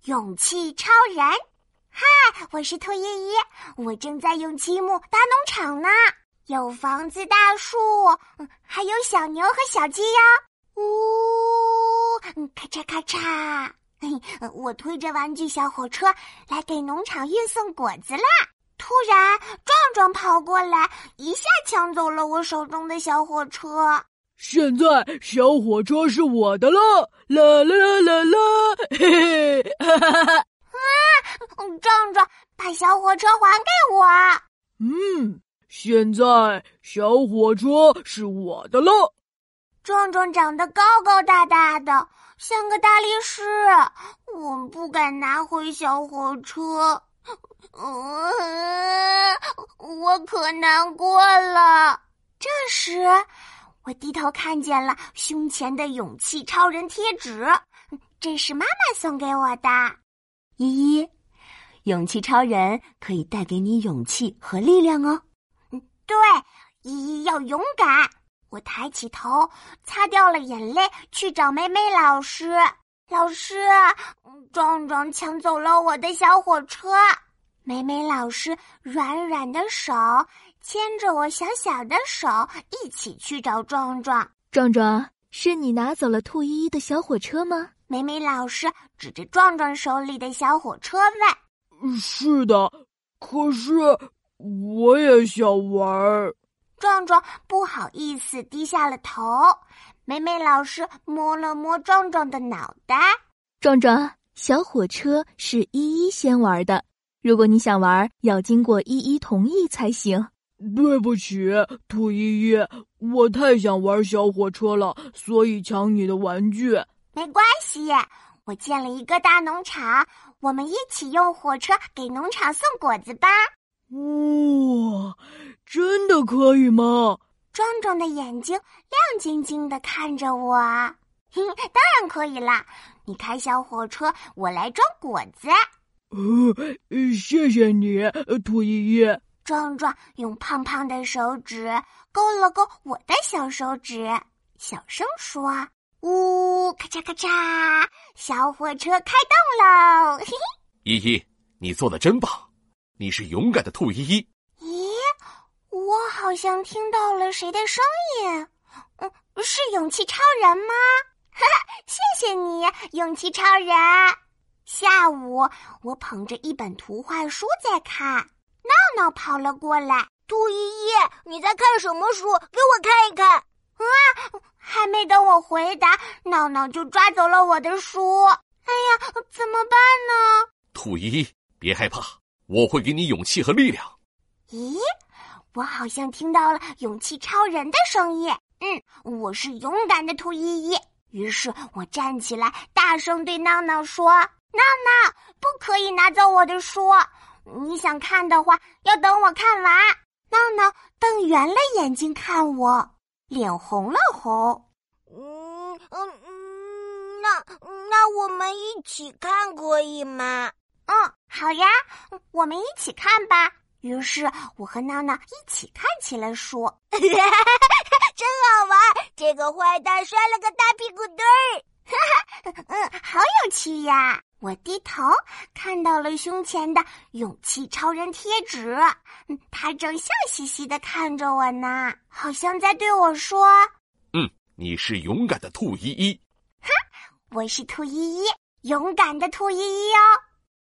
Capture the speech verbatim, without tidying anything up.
勇气超人。嗨，我是兔依依，我正在勇气木大农场呢，有房子、大树，还有小牛和小鸡呀。呜，咔嚓咔嚓，我推着玩具小火车来给农场运送果子啦。突然，壮壮跑过来，一下抢走了我手中的小火车。 现在小火车是我的了，啦啦啦啦啦，嘿嘿，哈哈哈！ 啊，壮壮，把小火车还给我。 嗯，现在小火车是我的了。 壮壮长得高高大大的，像个大力士，我不敢拿回小火车。嗯，我可难过了。这时，我低头看见了胸前的勇气超人贴纸，这是妈妈送给我的。 依依，勇气超人可以带给你勇气和力量哦。 对，依依要勇敢。我抬起头，擦掉了眼泪，去找美美老师。老师，壮壮抢走了我的小火车。美美老师软软的手牵着我小小的手，一起去找壮壮。 壮壮，是你拿走了兔依依的小火车吗？ 美美老师指着壮壮手里的小火车问。 是的，可是我也想玩。 壮壮不好意思低下了头。美美老师摸了摸壮壮的脑袋。 壮壮，小火车是依依先玩的，如果你想玩，要经过依依同意才行。 对不起，兔依依，我太想玩小火车了，所以抢你的玩具。 没关系，我建了一个大农场，我们一起用火车给农场送果子吧。 哇，真的可以吗？ 壮壮的眼睛亮晶晶地看着我。哼，当然可以啦，你开小火车，我来装果子。 呃，谢谢你，兔依依。 壮壮用胖胖的手指勾了勾我的小手指，小声说：呜，咔嚓咔嚓，小火车开动喽！嘿嘿， 依依，你做得真棒，你是勇敢的兔依依。 咦，我好像听到了谁的声音。嗯，是勇气超人吗？哈哈，谢谢你，勇气超人。下午，我捧着一本图画书在看，闹闹跑了过来。 兔依依，你在看什么书？给我看一看。 啊，还没等我回答，闹闹就抓走了我的书。哎呀，怎么办呢？ 兔依依，别害怕，我会给你勇气和力量。 咦，我好像听到了勇气超人的声音。嗯，我是勇敢的兔依依。于是我站起来，大声对闹闹说：闹闹，不可以拿走我的书，你想看的话，要等我看完。闹闹瞪圆了眼睛看我，脸红了红。 嗯嗯嗯，那那我们一起看可以吗？ 嗯，好呀，我们一起看吧。于是我和闹闹一起看起了书。 真好玩，这个坏蛋摔了个大屁股墩儿。 嗯，好有趣呀！我低头看到了胸前的勇气超人贴纸，嗯，他正笑嘻嘻地看着我呢，好像在对我说： 嗯，你是勇敢的兔依依。 哈，我是兔依依，勇敢的兔依依哦。